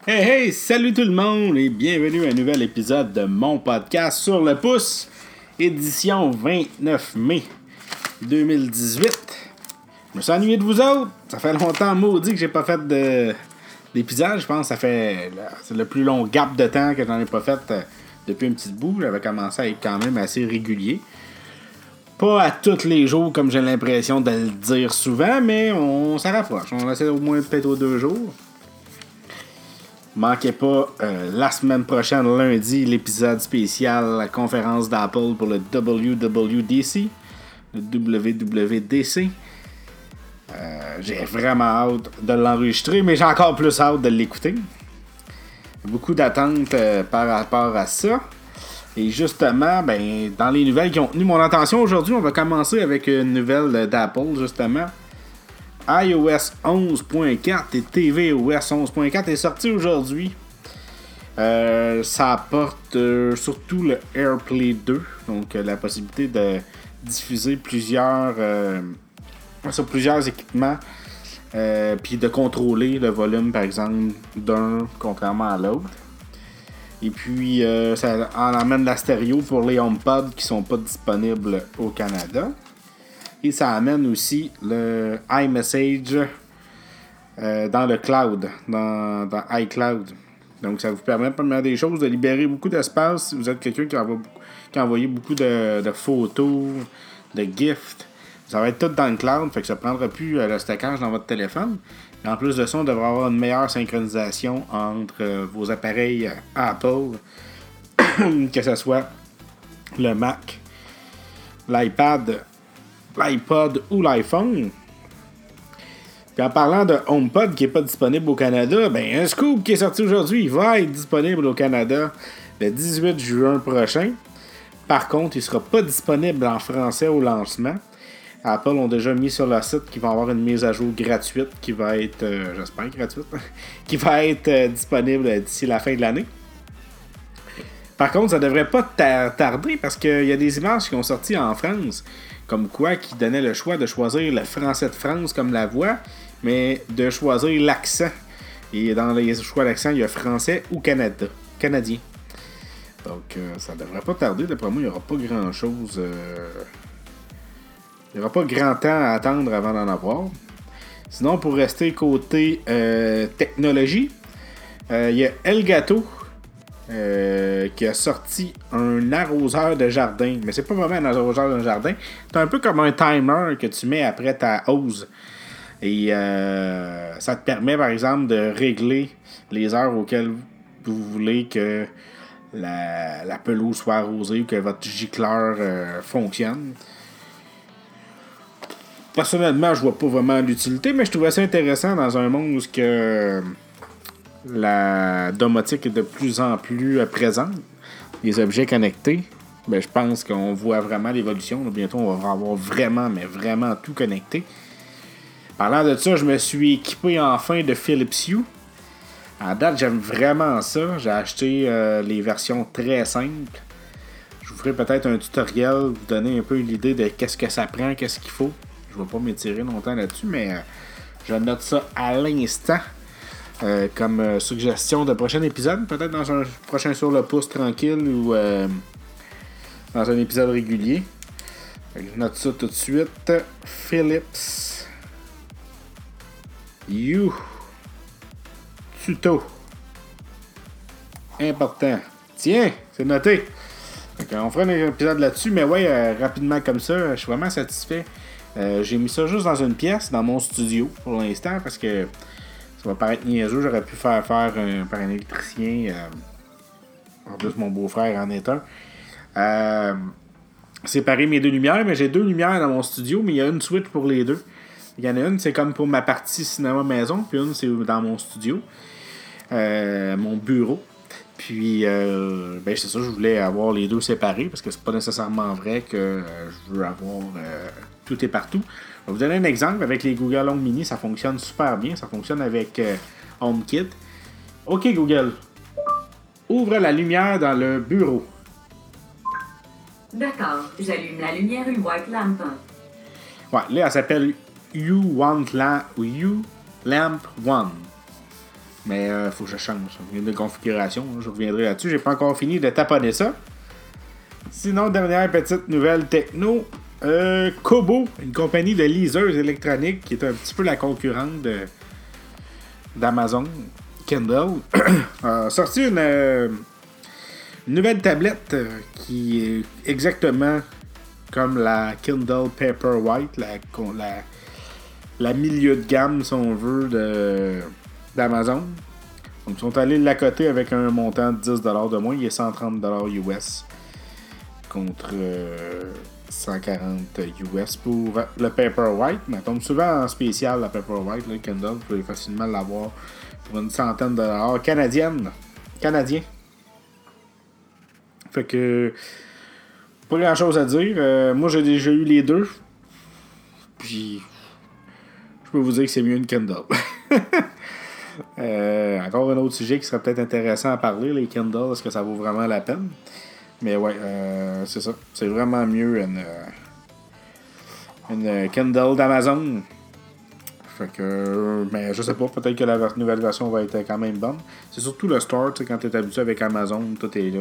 Hey hey, salut tout le monde et bienvenue à un nouvel épisode de mon podcast Sur le pouce, édition 29 mai 2018. Je me suis ennuyé de vous autres, ça fait longtemps maudit que j'ai pas fait d'épisode, je pense que c'est le plus long gap de temps que j'en ai pas fait depuis un petit bout. J'avais commencé à être quand même assez régulier. Pas à tous les jours comme j'ai l'impression de le dire souvent, mais on s'en rapproche, on essaie au moins peut-être aux 2 jours. Manquez pas la semaine prochaine, lundi, l'épisode spécial, la conférence d'Apple pour le WWDC, le WWDC. J'ai vraiment hâte de l'enregistrer, mais j'ai encore plus hâte de l'écouter. Beaucoup d'attentes par rapport à ça. Et justement, dans les nouvelles qui ont tenu mon attention aujourd'hui, on va commencer avec une nouvelle d'Apple, justement. iOS 11.4 et tvOS 11.4 est sorti aujourd'hui. Ça apporte surtout le AirPlay 2, donc la possibilité de diffuser sur plusieurs équipements, puis de contrôler le volume, par exemple, d'un contrairement à l'autre. Et puis, ça en amène la stéréo pour les HomePod qui sont pas disponibles au Canada. Et ça amène aussi le iMessage dans le cloud, dans iCloud. Donc, ça vous permet, première des choses, de libérer beaucoup d'espace si vous êtes quelqu'un qui a envoyé beaucoup de photos, de gifts. Ça va être tout dans le cloud, fait que ça ne prendra plus le stockage dans votre téléphone. Et en plus de ça, on devrait avoir une meilleure synchronisation entre vos appareils Apple, que ce soit le Mac, l'iPad, l'iPod ou l'iPhone. Puis en parlant de HomePod qui n'est pas disponible au Canada, un scoop qui est sorti aujourd'hui, il va être disponible au Canada le 18 juin prochain. Par contre, il ne sera pas disponible en français au lancement. Apple ont déjà mis sur le site qu'il va y avoir une mise à jour gratuite qui va être, j'espère gratuite, qui va être disponible d'ici la fin de l'année. Par contre, ça devrait pas tarder parce qu'il y a des images qui ont sorti en France, comme quoi qui donnaient le choix de choisir le français de France comme la voix, mais de choisir l'accent. Et dans les choix d'accent, il y a français ou canadien. Donc, ça devrait pas tarder. D'après moi, il n'y aura pas grand-chose. Il n'y aura pas grand temps à attendre avant d'en avoir. Sinon, pour rester côté technologie, il y a Elgato qui a sorti un arroseur de jardin. Mais c'est pas vraiment un arroseur de jardin. C'est un peu comme un timer que tu mets après ta hose. Et ça te permet, par exemple, de régler les heures auxquelles vous voulez que la pelouse soit arrosée ou que votre gicleur fonctionne. Personnellement, je vois pas vraiment l'utilité, mais je trouvais ça intéressant dans un monde où la domotique est de plus en plus présente. Les objets connectés, je pense qu'on voit vraiment l'évolution. Bientôt, on va avoir vraiment, mais vraiment tout connecté. Parlant de ça, je me suis équipé enfin de Philips Hue. À date, j'aime vraiment ça. J'ai acheté les versions très simples. Je vous ferai peut-être un tutoriel, vous donner un peu l'idée de qu'est-ce que ça prend, qu'est-ce qu'il faut. Je ne vais pas m'étirer longtemps là-dessus, mais je note ça à l'instant comme suggestion de prochain épisode. Peut-être dans un prochain Sur le pouce tranquille ou dans un épisode régulier. Je note ça tout de suite. Philips Hue Tuto. Important. Tiens, c'est noté. On fera un épisode là-dessus, mais ouais, rapidement comme ça, je suis vraiment satisfait. J'ai mis ça juste dans une pièce, dans mon studio, pour l'instant, parce que ça va paraître niaiseux. J'aurais pu faire par un électricien. En plus, mon beau-frère en est un. Séparer mes 2 lumières, mais j'ai 2 lumières dans mon studio, mais il y a une switch pour les 2. Il y en a une, c'est comme pour ma partie cinéma maison, puis une, c'est dans mon studio, mon bureau. Puis, c'est ça, je voulais avoir les 2 séparés, parce que c'est pas nécessairement vrai que je veux avoir tout et partout. Je vais vous donner un exemple. Avec les Google Home Mini, ça fonctionne super bien. Ça fonctionne avec HomeKit. OK, Google. Ouvre la lumière dans le bureau. D'accord, j'allume la lumière White Lamp. Ouais, là, elle s'appelle Hue Lamp 1. Mais faut que je change. Il y a une configuration, je reviendrai là-dessus. J'ai pas encore fini de taponner ça. Sinon, dernière petite nouvelle techno. Kobo, une compagnie de liseuses électroniques qui est un petit peu la concurrente d'Amazon Kindle, a sorti une nouvelle tablette qui est exactement comme la Kindle Paperwhite, la milieu de gamme, si on veut, d'Amazon. Donc, ils sont allés l'accoter avec un montant de 10$ de moins. Il est 130$ US contre 140 US pour le Paperwhite. Mais elle tombe souvent en spécial, la Paperwhite, le Kindle. Vous pouvez facilement l'avoir pour une centaine de dollars canadien. Fait que pas grand chose à dire. Moi, j'ai déjà eu les deux. Puis, je peux vous dire que c'est mieux une Kindle. Encore un autre sujet qui serait peut-être intéressant à parler, les Kindle, est-ce que ça vaut vraiment la peine? Mais ouais, c'est ça. C'est vraiment mieux une Kindle d'Amazon. Fait que, mais je sais pas, peut-être que la nouvelle version va être quand même bonne. C'est surtout le store, tu sais, quand tu es habitué avec Amazon, tout est là.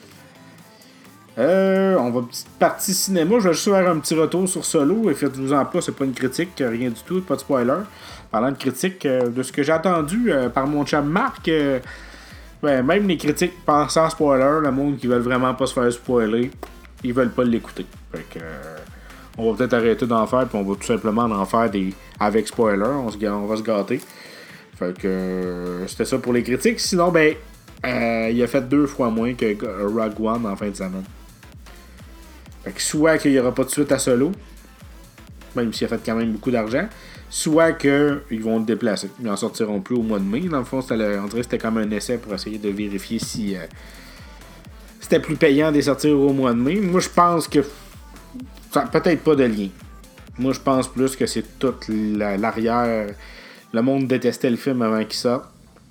On va petite partie cinéma. Je vais juste faire un petit retour sur Solo. Et faites-vous-en pas, c'est pas une critique, rien du tout, pas de spoiler. Parlant de critique, de ce que j'ai entendu par mon chum Marc, même les critiques sans spoiler, le monde qui veulent vraiment pas se faire spoiler, ils veulent pas l'écouter. Fait que on va peut-être arrêter d'en faire, puis on va tout simplement en faire des avec spoiler. On va se gâter. Fait que c'était ça pour les critiques. Sinon, il a fait 2 fois moins que Rogue One en fin de semaine. Fait que soit qu'il n'y aura pas de suite à Solo, même s'il a fait quand même beaucoup d'argent, soit qu'ils vont le déplacer. Ils n'en sortiront plus au mois de mai. Dans le fond, on dirait que c'était comme un essai pour essayer de vérifier si c'était plus payant de les sortir au mois de mai. Moi, je pense que ça peut-être pas de lien. Moi, je pense plus que c'est tout l'arrière. Le monde détestait le film avant qu'il sorte.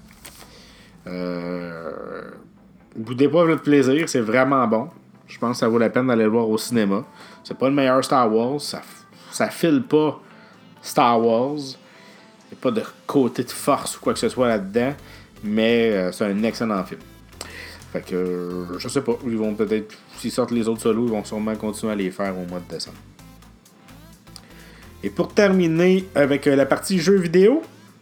Boudez pas votre plaisir, c'est vraiment bon. Je pense que ça vaut la peine d'aller le voir au cinéma. C'est pas le meilleur Star Wars, ça file pas Star Wars. Il n'y a pas de côté de force ou quoi que ce soit là-dedans, mais c'est un excellent film. Fait que je sais pas, ils vont peut-être, s'ils sortent les autres solos, ils vont sûrement continuer à les faire au mois de décembre. Et pour terminer avec la partie jeux vidéo,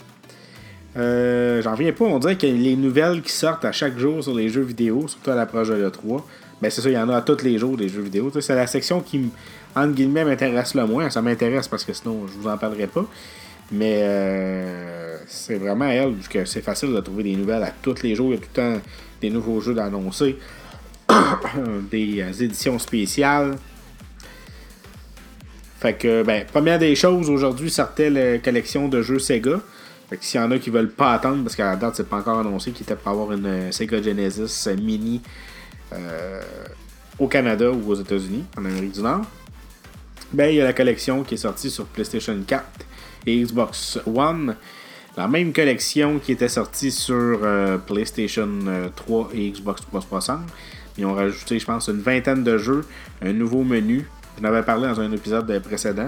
j'en reviens pas, on dirait que les nouvelles qui sortent à chaque jour sur les jeux vidéo, surtout à l'approche de l'E3, c'est ça, il y en a à tous les jours des jeux vidéo. C'est la section qui, entre guillemets, m'intéresse le moins. Ça m'intéresse parce que sinon, je vous en parlerai pas. Mais c'est vraiment elle, parce que c'est facile de trouver des nouvelles à tous les jours. Il y a tout le temps des nouveaux jeux d'annoncer, des éditions spéciales. Fait que, première des choses, aujourd'hui, sortait la collection de jeux Sega. Fait que s'il y en a qui veulent pas attendre, parce qu'à la date, c'est pas encore annoncé, qu'il était pour avoir une Sega Genesis Mini au Canada ou aux États-Unis, en Amérique du Nord. Il y a la collection qui est sortie sur PlayStation 4 et Xbox One. La même collection qui était sortie sur PlayStation 3 et Xbox 360. Ils ont rajouté, je pense, une vingtaine de jeux, un nouveau menu. J'en avais parlé dans un épisode précédent.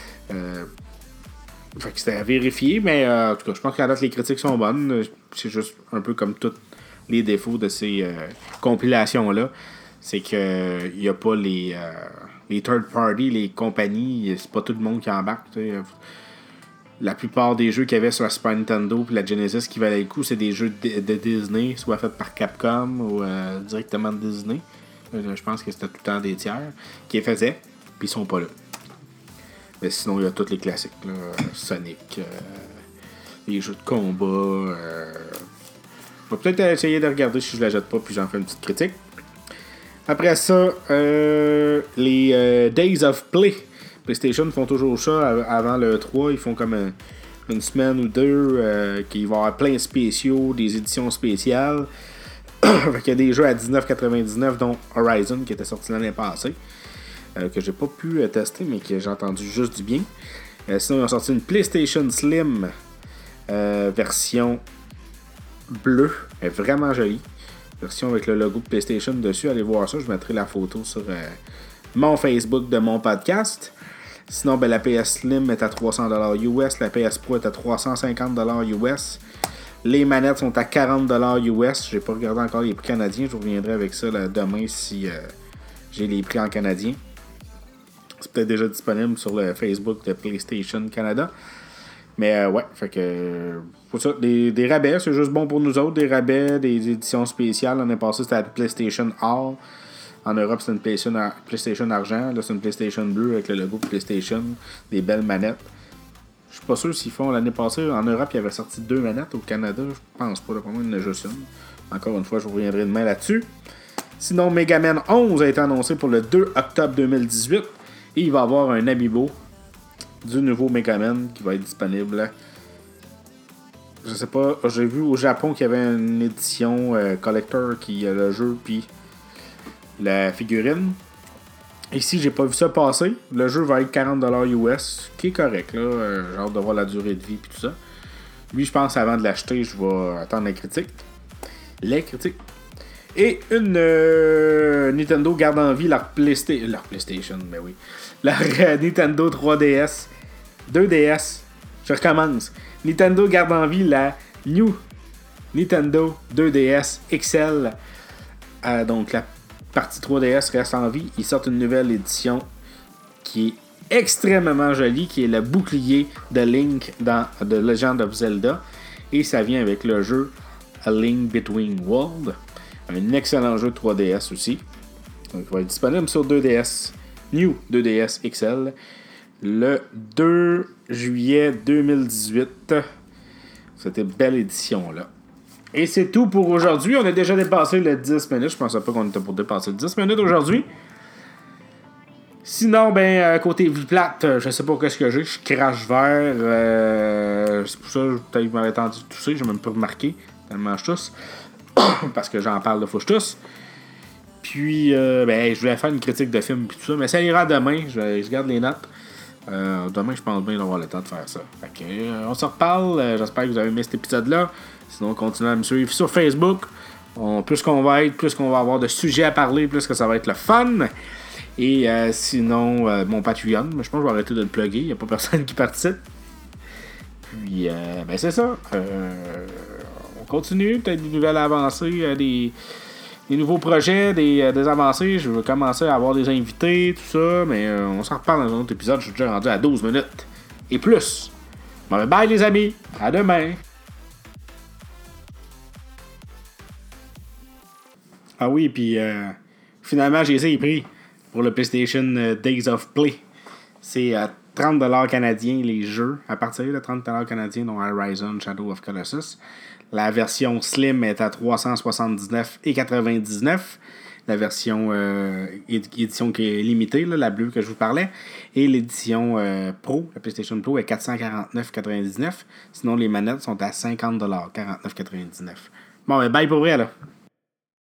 Fait que c'était à vérifier, mais en tout cas, je pense qu'à date, les critiques sont bonnes. C'est juste un peu comme tous les défauts de ces compilations-là. C'est que il n'y a pas les third party, les compagnies, c'est pas tout le monde qui embarque. La plupart des jeux qu'il y avait sur la Super Nintendo et la Genesis qui valaient le coup, c'est des jeux de Disney, soit faits par Capcom ou directement de Disney. Je pense que c'était tout le temps des tiers qui les faisaient, puis ils sont pas là. Mais sinon, il y a tous les classiques, là. Sonic, les jeux de combat. Je vais peut-être essayer de regarder si je la jette pas, puis j'en fais une petite critique. Après ça, les Days of Play. PlayStation font toujours ça avant le 3. Ils font comme une semaine ou deux qu'il va y avoir plein de spéciaux, des éditions spéciales. Il y a des jeux à $19,99, dont Horizon qui était sorti l'année passée. Que j'ai pas pu tester, mais que j'ai entendu juste du bien. Sinon, ils ont sorti une PlayStation Slim version bleue. Elle est vraiment jolie. Version avec le logo de PlayStation dessus. Allez voir ça. Je mettrai la photo sur mon Facebook de mon podcast. Sinon, la PS Slim est à $300 US. La PS Pro est à $350 US. Les manettes sont à 40$ US. J'ai pas regardé encore les prix canadiens. Je vous reviendrai avec ça là, demain si j'ai les prix en canadien. C'est peut-être déjà disponible sur le Facebook de PlayStation Canada. Mais ouais, fait que. Pour ça, des rabais, c'est juste bon pour nous autres. Des rabais, des éditions spéciales. L'année passée, c'était la PlayStation All. En Europe, c'est une PlayStation Argent. Là, c'est une PlayStation Bleue avec le logo PlayStation. Des belles manettes. Je suis pas sûr s'ils font l'année passée. En Europe, il y avait sorti 2 manettes. Au Canada, je pense pas. Pour moi, il y en a juste une. Encore une fois, je vous reviendrai demain là-dessus. Sinon, Mega Man 11 a été annoncé pour le 2 octobre 2018. Et il va y avoir un amiibo du nouveau Mega Man qui va être disponible. Je sais pas, j'ai vu au Japon qu'il y avait une édition collector qui a le jeu puis la figurine. Ici, j'ai pas vu ça passer. Le jeu va être 40$ US, qui est correct, là. J'ai hâte de voir la durée de vie et tout ça. Lui, je pense avant de l'acheter, je vais attendre la critique. Les critiques. Et une Nintendo garde en vie leur PlayStation, mais oui. Leur Nintendo 3DS, 2DS. Je recommence. Nintendo garde en vie la New Nintendo 2DS XL. Donc la partie 3DS reste en vie. Ils sortent une nouvelle édition qui est extrêmement jolie, qui est le bouclier de Link dans The Legend of Zelda. Et ça vient avec le jeu A Link Between Worlds. Un excellent jeu de 3DS aussi. Donc, il va être disponible sur 2DS. New 2DS XL. Le 2 juillet 2018. Cette belle édition-là. Et c'est tout pour aujourd'hui. On a déjà dépassé le 10 minutes. Je pensais pas qu'on était pour dépasser le 10 minutes aujourd'hui. Sinon, côté vie plate, je sais pas qu'est-ce que j'ai. Je crache vert. C'est pour ça que peut-être que je m'avais tendu de tousser. J'ai même pas remarqué. Tellement je tousse. Parce que j'en parle de faut que je tousse. Puis, je voulais faire une critique de film et tout ça. Mais ça ira demain. Je garde les notes. Demain, je pense bien d'avoir le temps de faire ça. Fait que, on se reparle. J'espère que vous avez aimé cet épisode-là. Sinon, continuez à me suivre sur Facebook. Plus qu'on va être, plus qu'on va avoir de sujets à parler, plus que ça va être le fun. Et sinon, mon Patreon. Je pense que je vais arrêter de le plugger. Il n'y a pas personne qui participe. Puis, c'est ça. On continue. Peut-être des nouvelles avancées, des nouveaux projets, des avancées. Je veux commencer à avoir des invités, tout ça. Mais on s'en reparle dans un autre épisode. Je suis déjà rendu à 12 minutes. Et plus. Bon, bye les amis. À demain. Ah oui, puis finalement, j'ai essayé les prix pour le PlayStation Days of Play. C'est à 30$ canadiens les jeux. À partir de 30$ canadiens, dont Horizon Shadow of Colossus. La version Slim est à 379,99$. La version édition qui est limitée, là, la bleue que je vous parlais. Et l'édition Pro, la PlayStation Pro, est 449,99$. Sinon, les manettes sont à 50$, 49,99$. Bon, bye pour vrai, là.